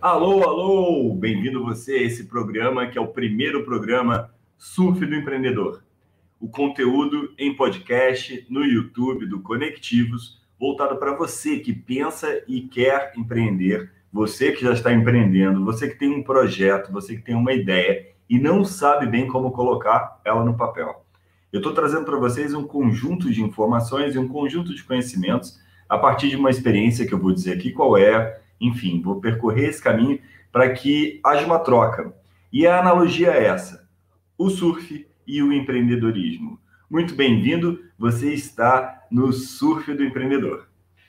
Alô, alô! Bem-vindo você a esse programa que é o primeiro programa Surf do Empreendedor. O conteúdo em podcast no YouTube do Conectivos, voltado para você que pensa e quer empreender, você que já está empreendendo, você que tem um projeto, você que tem uma ideia e não sabe bem como colocar ela no papel. Eu estou trazendo para vocês um conjunto de informações e um conjunto de conhecimentos a partir de uma experiência que eu vou dizer aqui qual é. Enfim, vou percorrer esse caminho para que haja uma troca. E a analogia é essa: o surf e o empreendedorismo. Muito bem-vindo, você está no Surf do Empreendedor.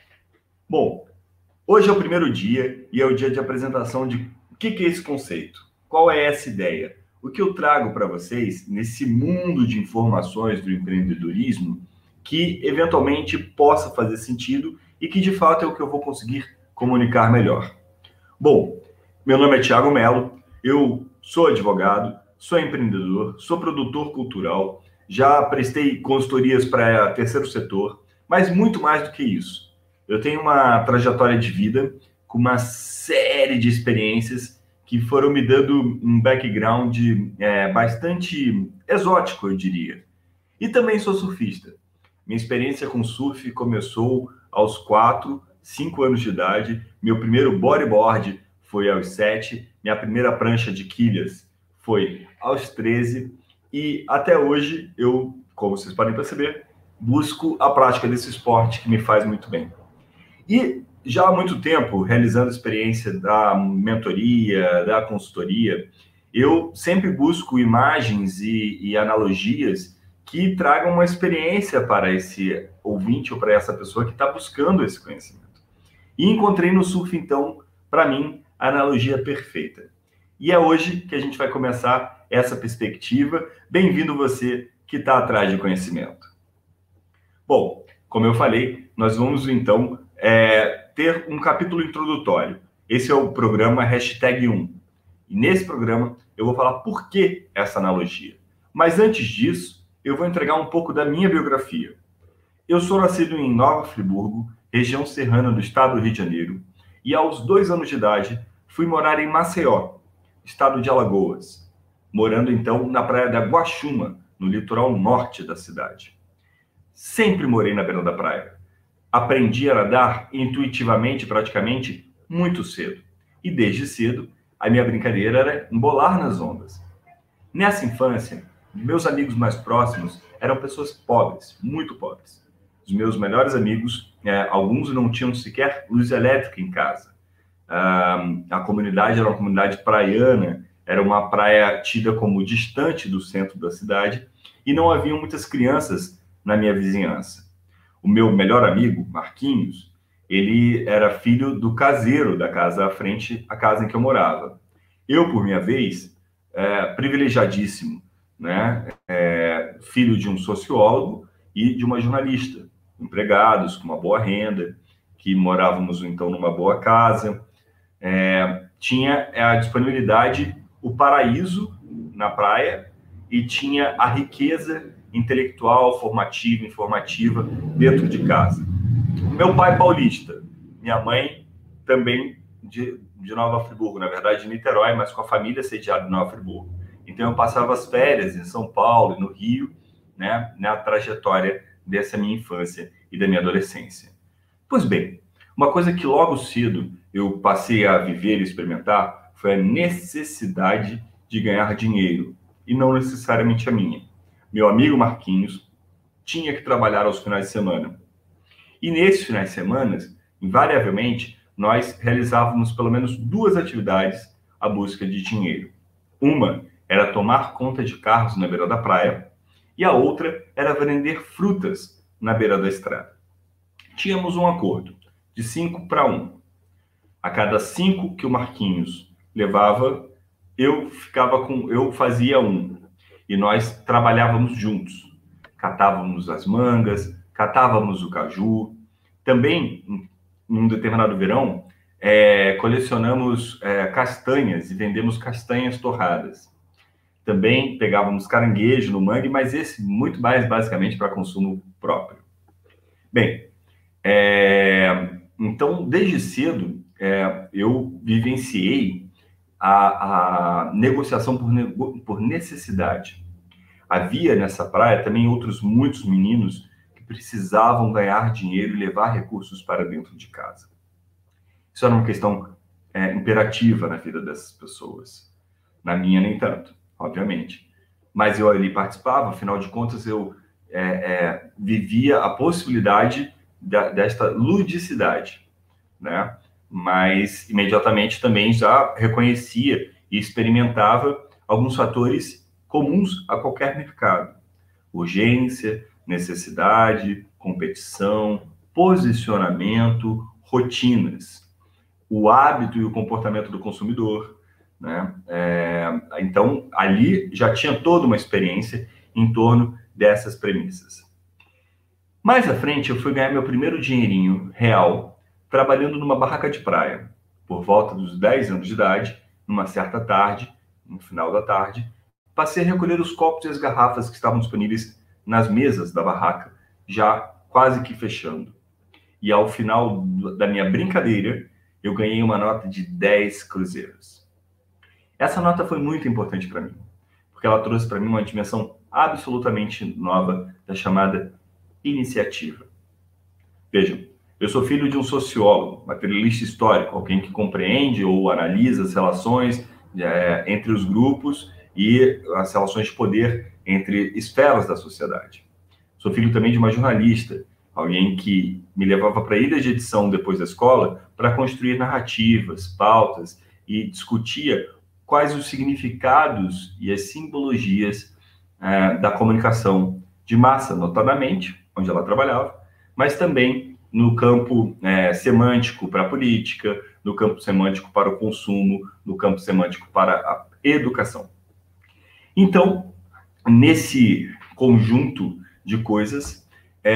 Bom, hoje é o primeiro dia e é o dia de apresentação de o que é esse conceito, qual é essa ideia. O que eu trago para vocês nesse mundo de informações do empreendedorismo que eventualmente possa fazer sentido e que de fato é o que eu vou conseguir comunicar melhor. Bom, meu nome é Thiago Mello, eu sou advogado, sou empreendedor, sou produtor cultural, já prestei consultorias para terceiro setor, mas muito mais do que isso. Eu tenho uma trajetória de vida com uma série de experiências que foram me dando um background bastante exótico, eu diria. E também sou surfista. Minha experiência com surf começou aos 4, 5 anos de idade. Meu primeiro bodyboard foi aos 7. Minha primeira prancha de quilhas foi aos 13. E até hoje eu, como vocês podem perceber, busco a prática desse esporte que me faz muito bem. E já há muito tempo, realizando a experiência da mentoria, da consultoria, eu sempre busco imagens e analogias que tragam uma experiência para esse ouvinte ou para essa pessoa que está buscando esse conhecimento. E encontrei no surf, então, para mim, a analogia perfeita. E é hoje que a gente vai começar essa perspectiva. Bem-vindo você que está atrás de conhecimento. Bom, como eu falei, nós vamos, então, ter um capítulo introdutório. Esse é o programa #1. E nesse programa eu vou falar por que essa analogia. Mas antes disso, eu vou entregar um pouco da minha biografia. Eu sou nascido em Nova Friburgo, região serrana do estado do Rio de Janeiro, e aos 2 anos de idade fui morar em Maceió, estado de Alagoas, morando então na praia da Guaxuma, no litoral norte da cidade. Sempre morei na beira da praia. Aprendi a nadar intuitivamente, praticamente, muito cedo. E desde cedo, a minha brincadeira era embolar nas ondas. Nessa infância, meus amigos mais próximos eram pessoas pobres, muito pobres. Os meus melhores amigos, alguns não tinham sequer luz elétrica em casa. A comunidade era uma comunidade praiana, era uma praia tida como distante do centro da cidade e não havia muitas crianças na minha vizinhança. O meu melhor amigo, Marquinhos, ele era filho do caseiro da casa à frente, a casa em que eu morava. Eu, por minha vez, privilegiadíssimo, né? Filho de um sociólogo e de uma jornalista, empregados com uma boa renda, que morávamos então numa boa casa, tinha a disponibilidade, o paraíso na praia e tinha a riqueza intelectual, formativa, informativa dentro de casa. Meu pai paulista, minha mãe também de Nova Friburgo, na verdade de Niterói, mas com a família sediada em Nova Friburgo. Então eu passava as férias em São Paulo e no Rio, né, na trajetória dessa minha infância e da minha adolescência. Pois bem, uma coisa que logo cedo eu passei a viver e experimentar foi a necessidade de ganhar dinheiro, e não necessariamente a minha. Meu amigo Marquinhos tinha que trabalhar aos finais de semana. E nesses finais de semana, invariavelmente, nós realizávamos pelo menos 2 atividades à busca de dinheiro. Uma era tomar conta de carros na beira da praia e a outra era vender frutas na beira da estrada. Tínhamos um acordo de 5 para 1. A cada 5 que o Marquinhos levava, eu fazia 1. E nós trabalhávamos juntos. Catávamos as mangas, catávamos o caju. Também, num determinado verão, colecionamos castanhas e vendemos castanhas torradas. Também pegávamos caranguejo no mangue, mas esse muito mais basicamente para consumo próprio. Bem, Então, desde cedo, eu vivenciei a negociação por necessidade. Havia nessa praia também outros muitos meninos que precisavam ganhar dinheiro e levar recursos para dentro de casa. Isso era uma questão imperativa na vida dessas pessoas. Na minha, nem tanto, obviamente. Mas eu ali participava, afinal de contas, eu vivia a possibilidade desta ludicidade, né? Mas imediatamente também já reconhecia e experimentava alguns fatores comuns a qualquer mercado: urgência, necessidade, competição, posicionamento, rotinas, o hábito e o comportamento do consumidor, né? Então, ali já tinha toda uma experiência em torno dessas premissas. Mais à frente, eu fui ganhar meu primeiro dinheirinho real trabalhando numa barraca de praia. Por volta dos 10 anos de idade, numa certa tarde, no final da tarde, passei a recolher os copos e as garrafas que estavam disponíveis nas mesas da barraca, já quase que fechando. E ao final da minha brincadeira, eu ganhei uma nota de 10 cruzeiros. Essa nota foi muito importante para mim, porque ela trouxe para mim uma dimensão absolutamente nova da chamada iniciativa. Vejam, eu sou filho de um sociólogo, materialista histórico, alguém que compreende ou analisa as relações entre os grupos e as relações de poder entre esferas da sociedade. Sou filho também de uma jornalista, alguém que me levava para ilhas de edição depois da escola para construir narrativas, pautas e discutia quais os significados e as simbologias da comunicação de massa, notadamente, onde ela trabalhava, mas também no campo semântico para a política, no campo semântico para o consumo, no campo semântico para a educação. Então, nesse conjunto de coisas,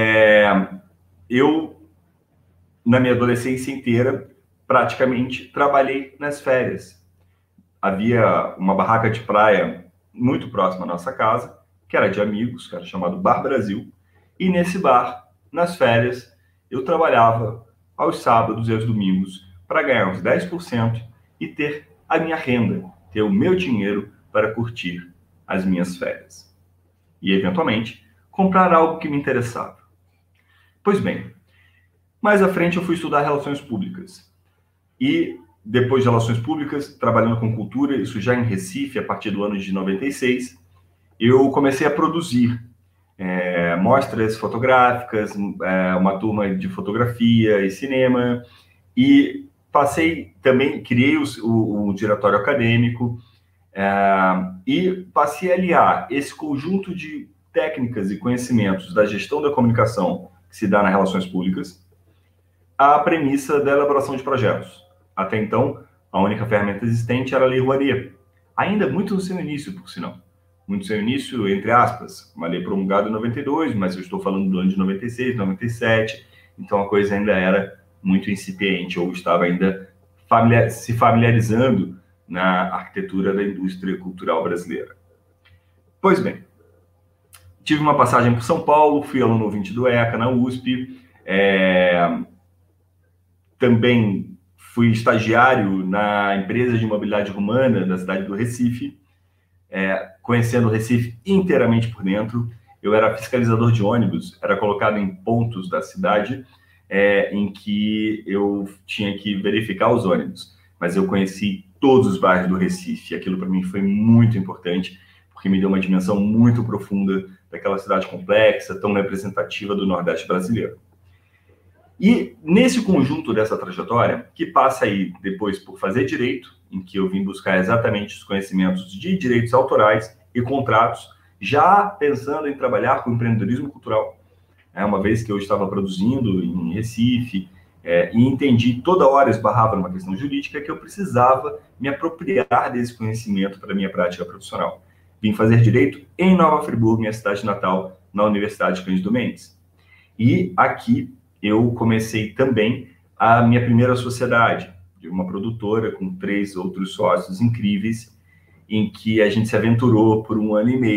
eu, na minha adolescência inteira, praticamente trabalhei nas férias. Havia uma barraca de praia muito próxima à nossa casa, que era de amigos, que era chamado Bar Brasil, e nesse bar, nas férias, eu trabalhava aos sábados e aos domingos para ganhar uns 10% e ter a minha renda, ter o meu dinheiro para curtir as minhas férias. E, eventualmente, comprar algo que me interessava. Pois bem, mais à frente eu fui estudar relações públicas. E, depois de relações públicas, trabalhando com cultura, isso já em Recife, a partir do ano de 96, eu comecei a produzir mostras fotográficas, uma turma de fotografia e cinema, e criei o diretório acadêmico, e passei a aliar esse conjunto de técnicas e conhecimentos da gestão da comunicação que se dá nas relações públicas à premissa da elaboração de projetos. Até então, a única ferramenta existente era a Lei Rouanet, ainda muito no seu início, por sinal. Muito seu início, entre aspas, uma lei promulgada em 92, mas eu estou falando do ano de 96, 97, então a coisa ainda era muito incipiente, ou estava ainda se familiarizando na arquitetura da indústria cultural brasileira. Pois bem, tive uma passagem por São Paulo, fui aluno ouvinte do ECA, na USP, também fui estagiário na empresa de mobilidade romana da cidade do Recife, conhecendo o Recife inteiramente por dentro. Eu era fiscalizador de ônibus, era colocado em pontos da cidade em que eu tinha que verificar os ônibus. Mas eu conheci todos os bairros do Recife, e aquilo para mim foi muito importante, porque me deu uma dimensão muito profunda daquela cidade complexa, tão representativa do Nordeste brasileiro. E nesse conjunto dessa trajetória, que passa aí depois por fazer direito, em que eu vim buscar exatamente os conhecimentos de direitos autorais e contratos, já pensando em trabalhar com empreendedorismo cultural. Uma vez que eu estava produzindo em Recife, e entendi, toda hora esbarrava numa questão jurídica, que eu precisava me apropriar desse conhecimento para a minha prática profissional. Vim fazer direito em Nova Friburgo, minha cidade natal, na Universidade Cândido Mendes. E aqui eu comecei também a minha primeira sociedade, de uma produtora com 3 outros sócios incríveis, em que a gente se aventurou por 1 ano e meio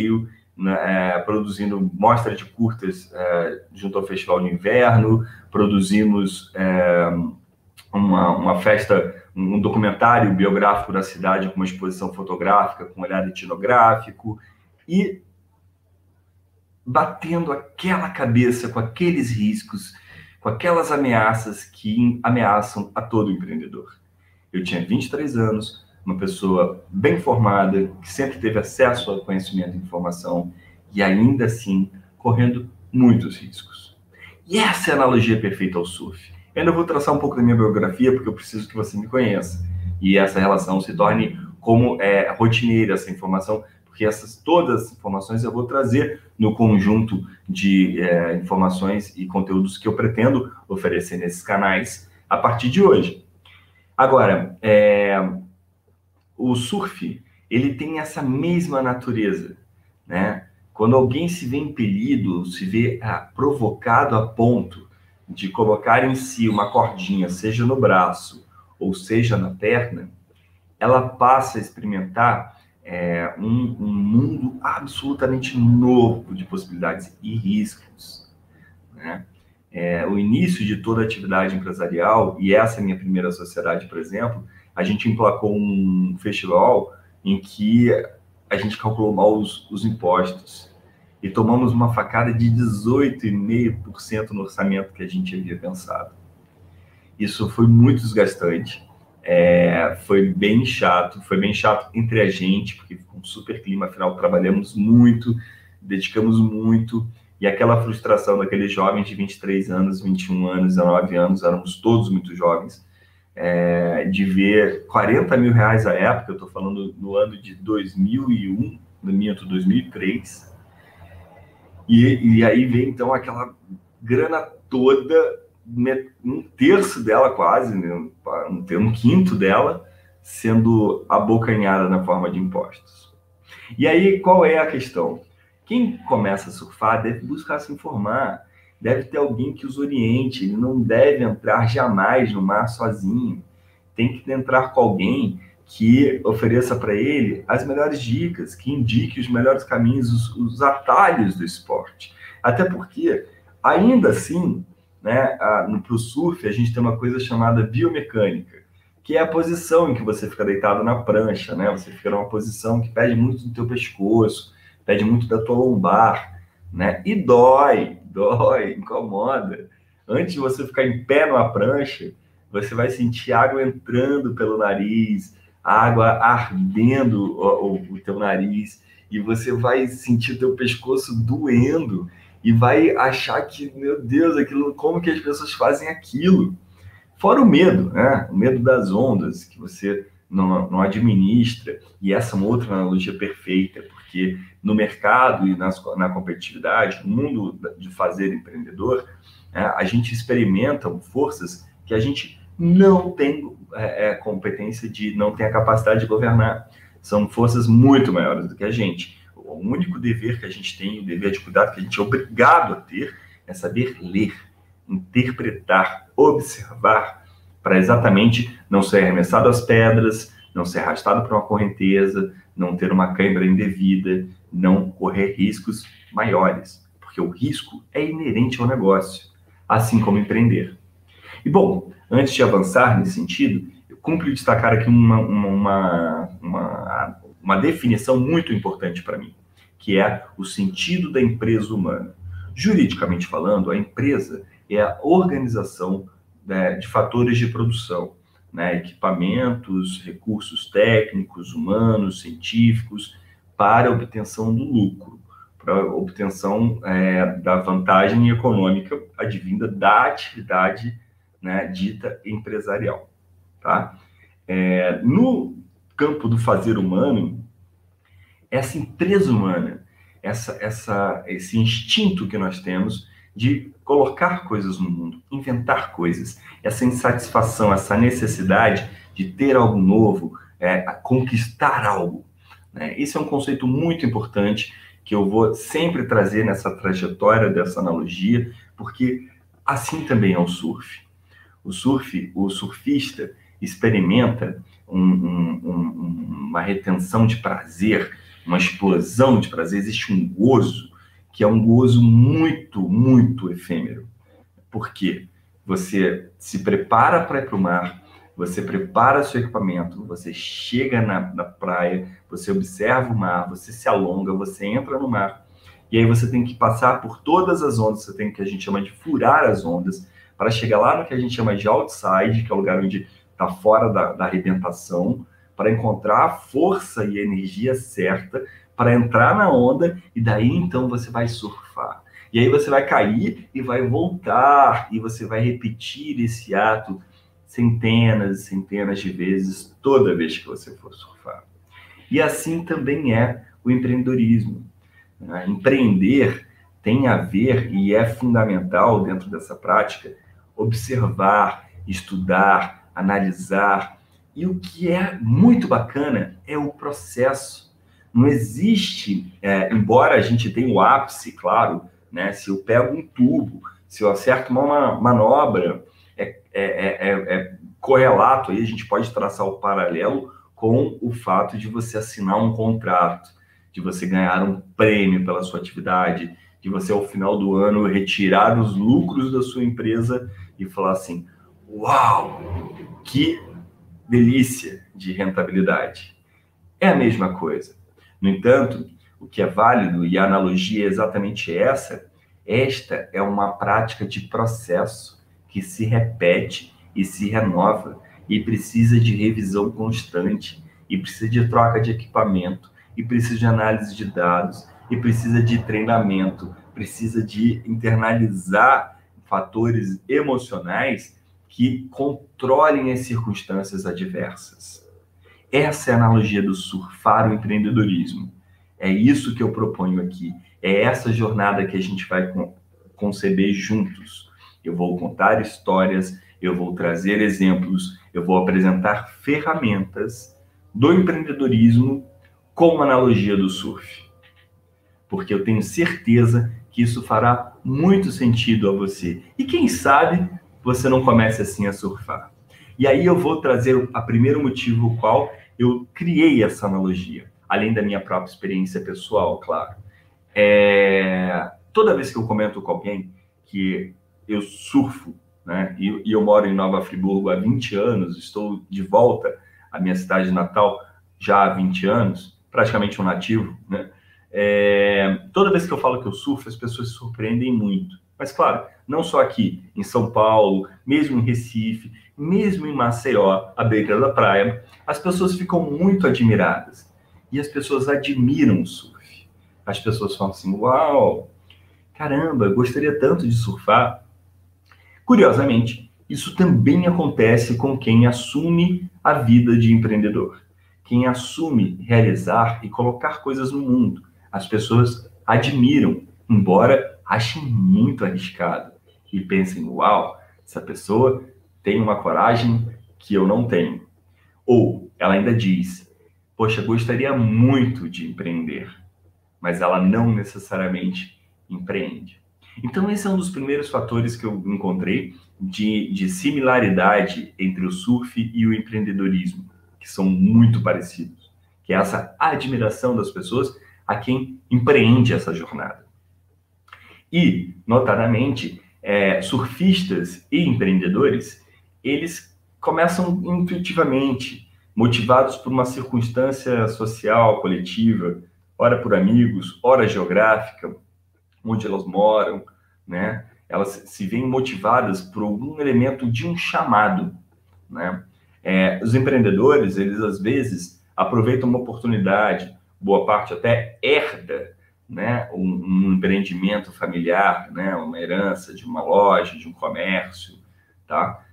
né, produzindo mostra de curtas junto ao Festival de Inverno, produzimos uma festa, um documentário biográfico da cidade com uma exposição fotográfica, com um olhar etnográfico, e batendo aquela cabeça com aqueles riscos, com aquelas ameaças que ameaçam a todo empreendedor. Eu tinha 23 anos, uma pessoa bem formada, que sempre teve acesso ao conhecimento e informação, e ainda assim correndo muitos riscos. E essa é a analogia perfeita ao surf. Eu ainda vou traçar um pouco da minha biografia, porque eu preciso que você me conheça. E essa relação se torne como rotineira, essa informação, porque todas as informações eu vou trazer no conjunto de informações e conteúdos que eu pretendo oferecer nesses canais a partir de hoje. Agora, o surf, ele tem essa mesma natureza, né? Quando alguém se vê impelido, se vê provocado a ponto de colocar em si uma cordinha, seja no braço ou seja na perna, ela passa a experimentar um mundo absolutamente novo de possibilidades e riscos, né? O início de toda atividade empresarial, e essa é a minha primeira sociedade, por exemplo, a gente emplacou um festival em que a gente calculou mal os impostos e tomamos uma facada de 18,5% no orçamento que a gente havia pensado. Isso foi muito desgastante, foi bem chato entre a gente, porque ficou um super clima, afinal trabalhamos muito, dedicamos muito, e aquela frustração daqueles jovens de 23 anos, 21 anos, 19 anos, éramos todos muito jovens, de ver 40 mil reais à época, eu estou falando no ano de 2001, no minuto 2003, e aí vem então aquela grana toda, um terço dela quase, né, um quinto dela, sendo abocanhada na forma de impostos. E aí qual é a questão? Quem começa a surfar deve buscar se informar, deve ter alguém que os oriente, ele não deve entrar jamais no mar sozinho, tem que entrar com alguém que ofereça para ele as melhores dicas, que indique os melhores caminhos, os atalhos do esporte. Até porque, ainda assim, né, para o surf, a gente tem uma coisa chamada biomecânica, que é a posição em que você fica deitado na prancha, né? Você fica numa posição que pede muito do teu pescoço, pede muito da tua lombar, né? E dói, incomoda. Antes de você ficar em pé numa prancha, você vai sentir água entrando pelo nariz, água ardendo o teu nariz, e você vai sentir o teu pescoço doendo, e vai achar que, meu Deus, aquilo, como que as pessoas fazem aquilo? Fora o medo, né? O medo das ondas, que você não administra, e essa é uma outra analogia perfeita, porque no mercado e na competitividade, no mundo de fazer empreendedor, a gente experimenta forças que a gente não tem competência não tem a capacidade de governar. São forças muito maiores do que a gente. O único dever que a gente tem, o dever de cuidado que a gente é obrigado a ter, é saber ler, interpretar, observar, para exatamente não ser arremessado às pedras, não ser arrastado para uma correnteza, não ter uma cãibra indevida, não correr riscos maiores, porque o risco é inerente ao negócio, assim como empreender. E, bom, antes de avançar nesse sentido, eu cumpro destacar aqui uma definição muito importante para mim, que é o sentido da empresa humana. Juridicamente falando, a empresa é a organização de fatores de produção, né, equipamentos, recursos técnicos, humanos, científicos, para a obtenção do lucro, para a obtenção da vantagem econômica advinda da atividade, né, dita empresarial. Tá? No campo do fazer humano, essa empresa humana, esse instinto que nós temos de colocar coisas no mundo, inventar coisas, essa insatisfação, essa necessidade de ter algo novo, conquistar algo, né? Esse é um conceito muito importante que eu vou sempre trazer nessa trajetória dessa analogia, porque assim também é o surf. O surfista experimenta uma retenção de prazer uma explosão de prazer, existe um gozo que é um gozo muito, muito efêmero. Por quê? Você se prepara para ir para o mar, você prepara seu equipamento, você chega na praia, você observa o mar, você se alonga, você entra no mar, e aí você tem que passar por todas as ondas, você tem o que a gente chama de furar as ondas, para chegar lá no que a gente chama de outside, que é o lugar onde está fora da arrebentação, para encontrar a força e a energia certa, para entrar na onda, e daí então você vai surfar. E aí você vai cair e vai voltar, e você vai repetir esse ato centenas e centenas de vezes toda vez que você for surfar. E assim também é o empreendedorismo. Empreender tem a ver, e é fundamental dentro dessa prática, observar, estudar, analisar. E o que é muito bacana é o processo. Não existe, embora a gente tenha o ápice, claro, né? Se eu pego um tubo, se eu acerto uma manobra, correlato, aí a gente pode traçar o paralelo com o fato de você assinar um contrato, de você ganhar um prêmio pela sua atividade, de você, ao final do ano, retirar os lucros da sua empresa e falar assim, uau, que delícia de rentabilidade. É a mesma coisa. No entanto, o que é válido, e a analogia é exatamente essa é uma prática de processo que se repete e se renova e precisa de revisão constante, e precisa de troca de equipamento, e precisa de análise de dados, e precisa de treinamento, precisa de internalizar fatores emocionais que controlem as circunstâncias adversas. Essa é a analogia do surfar o empreendedorismo. É isso que eu proponho aqui. É essa jornada que a gente vai conceber juntos. Eu vou contar histórias, eu vou trazer exemplos, eu vou apresentar ferramentas do empreendedorismo com uma analogia do surf. Porque eu tenho certeza que isso fará muito sentido a você. E quem sabe você não comece assim a surfar. E aí eu vou trazer o primeiro motivo o qual eu criei essa analogia, além da minha própria experiência pessoal, claro. Toda vez que eu comento com alguém que eu surfo, né, e eu moro em Nova Friburgo há 20 anos, estou de volta à minha cidade natal já há 20 anos, praticamente um nativo, né? Toda vez que eu falo que eu surfo, as pessoas se surpreendem muito. Mas, claro, não só aqui, em São Paulo, mesmo em Recife, mesmo em Maceió, à beira da praia, as pessoas ficam muito admiradas. E as pessoas admiram o surf. As pessoas falam assim, uau, caramba, eu gostaria tanto de surfar. Curiosamente, isso também acontece com quem assume a vida de empreendedor. Quem assume realizar e colocar coisas no mundo. As pessoas admiram, embora achem muito arriscado. E pensem, uau, essa pessoa tem uma coragem que eu não tenho. Ou ela ainda diz, poxa, gostaria muito de empreender, mas ela não necessariamente empreende. Então, esse é um dos primeiros fatores que eu encontrei de similaridade entre o surf e o empreendedorismo, que são muito parecidos, que é essa admiração das pessoas a quem empreende essa jornada. E, notadamente, surfistas e empreendedores, eles começam intuitivamente, motivados por uma circunstância social, coletiva, ora por amigos, ora geográfica, onde elas moram, né? Elas se veem motivadas por algum elemento de um chamado, né? Os empreendedores, eles às vezes aproveitam uma oportunidade, boa parte até herda, né? Um empreendimento familiar, né? Uma herança de uma loja, de um comércio, tá?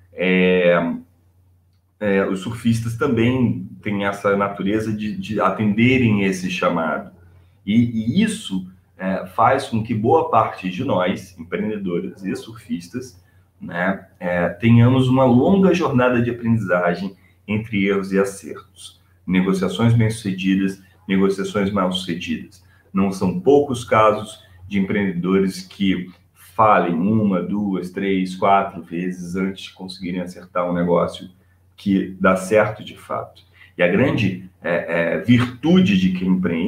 Os surfistas também têm essa natureza de atenderem esse chamado. E isso faz com que boa parte de nós, empreendedores e surfistas, né, tenhamos uma longa jornada de aprendizagem entre erros e acertos. Negociações bem-sucedidas, negociações mal-sucedidas. Não são poucos casos de empreendedores que falem 1, 2, 3, 4 vezes antes de conseguirem acertar um negócio que dá certo de fato. E a grande virtude de quem empreende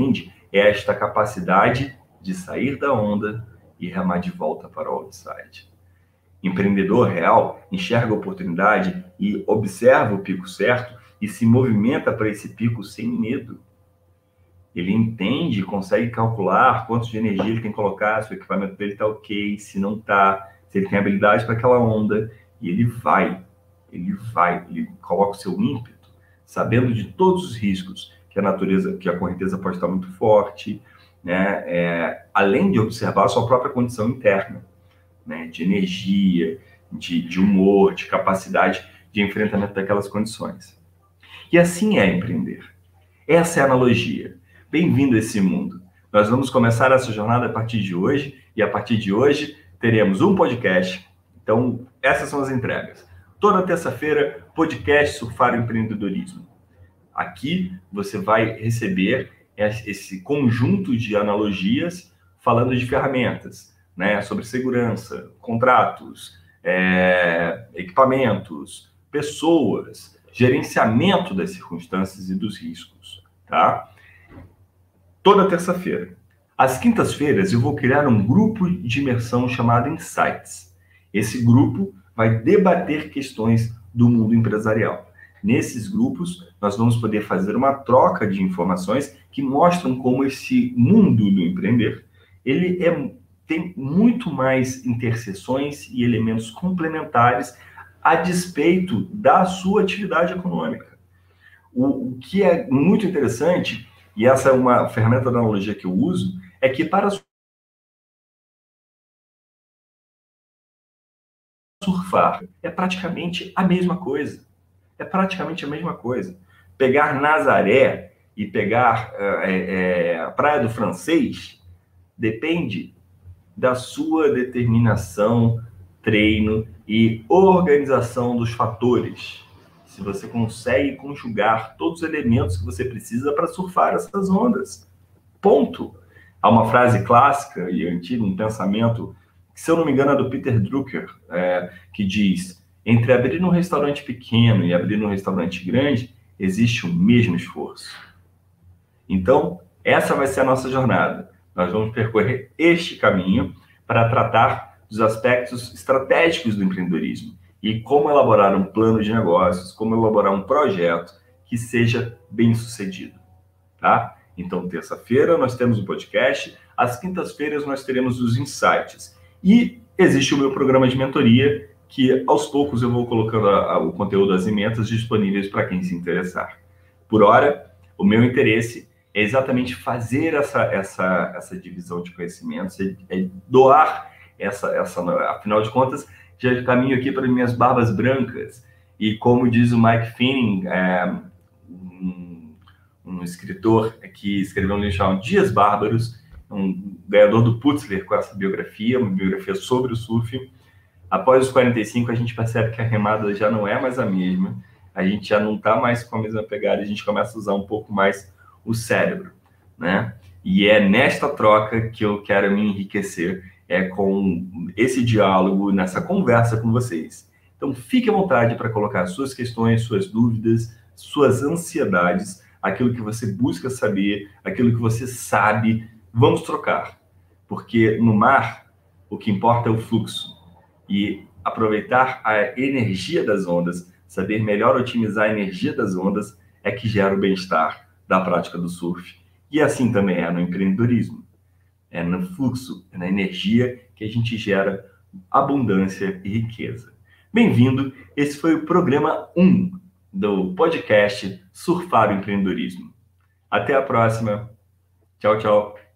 é esta capacidade de sair da onda e remar de volta para o outside. Empreendedor real enxerga a oportunidade e observa o pico certo e se movimenta para esse pico sem medo. Ele entende, consegue calcular quanto de energia ele tem que colocar, se o equipamento dele está ok, se não está, se ele tem habilidade para aquela onda, e ele coloca o seu ímpeto, sabendo de todos os riscos, que a correnteza pode estar muito forte, né? Além de observar a sua própria condição interna, né? De energia, de humor, de capacidade de enfrentamento daquelas condições. E assim é empreender. Essa é a analogia. Bem-vindo a esse mundo. Nós vamos começar essa jornada a partir de hoje, e a partir de hoje teremos um podcast. Então, essas são as entregas. Toda terça-feira, podcast Surfar o Empreendedorismo. Aqui você vai receber esse conjunto de analogias falando de ferramentas, né, sobre segurança, contratos, equipamentos, pessoas, gerenciamento das circunstâncias e dos riscos, tá? Toda terça-feira. Às quintas-feiras eu vou criar um grupo de imersão chamado Insights. Esse grupo vai debater questões do mundo empresarial. Nesses grupos, nós vamos poder fazer uma troca de informações que mostram como esse mundo do empreender, ele tem muito mais interseções e elementos complementares a despeito da sua atividade econômica. O que é muito interessante, e essa é uma ferramenta da analogia que eu uso, é que para surfar é praticamente a mesma coisa. É praticamente a mesma coisa. Pegar Nazaré e pegar a Praia do Francês depende da sua determinação, treino e organização dos fatores. Se você consegue conjugar todos os elementos que você precisa para surfar essas ondas. Ponto. Há uma frase clássica e antiga, um pensamento, que, se eu não me engano, é do Peter Drucker, que diz: entre abrir um restaurante pequeno e abrir um restaurante grande, existe o mesmo esforço. Então, essa vai ser a nossa jornada. Nós vamos percorrer este caminho para tratar dos aspectos estratégicos do empreendedorismo e como elaborar um plano de negócios, como elaborar um projeto que seja bem sucedido, tá? Então, terça-feira nós temos o podcast, às quintas-feiras nós teremos os insights. E existe o meu programa de mentoria, que aos poucos eu vou colocando o conteúdo das emendas disponíveis para quem se interessar. Por hora, o meu interesse é exatamente fazer essa divisão de conhecimentos, é doar afinal de contas, já caminho aqui para minhas barbas brancas. E como diz o Mike Finning, um escritor que escreveu um livro chamado Dias Bárbaros, um ganhador do Putzler com essa biografia, uma biografia sobre o surf. Após os 45, a gente percebe que a remada já não é mais a mesma, a gente já não está mais com a mesma pegada, a gente começa a usar um pouco mais o cérebro, né? E é nesta troca que eu quero me enriquecer, com esse diálogo, nessa conversa com vocês. Então, fique à vontade para colocar suas questões, suas dúvidas, suas ansiedades, aquilo que você busca saber, aquilo que você sabe. Vamos trocar, porque no mar o que importa é o fluxo e aproveitar a energia das ondas, saber melhor otimizar a energia das ondas é que gera o bem-estar da prática do surf. E assim também é no empreendedorismo. É no fluxo, é na energia que a gente gera abundância e riqueza. Bem-vindo, esse foi o programa 1 do podcast Surfar o Empreendedorismo. Até a próxima. Tchau, tchau.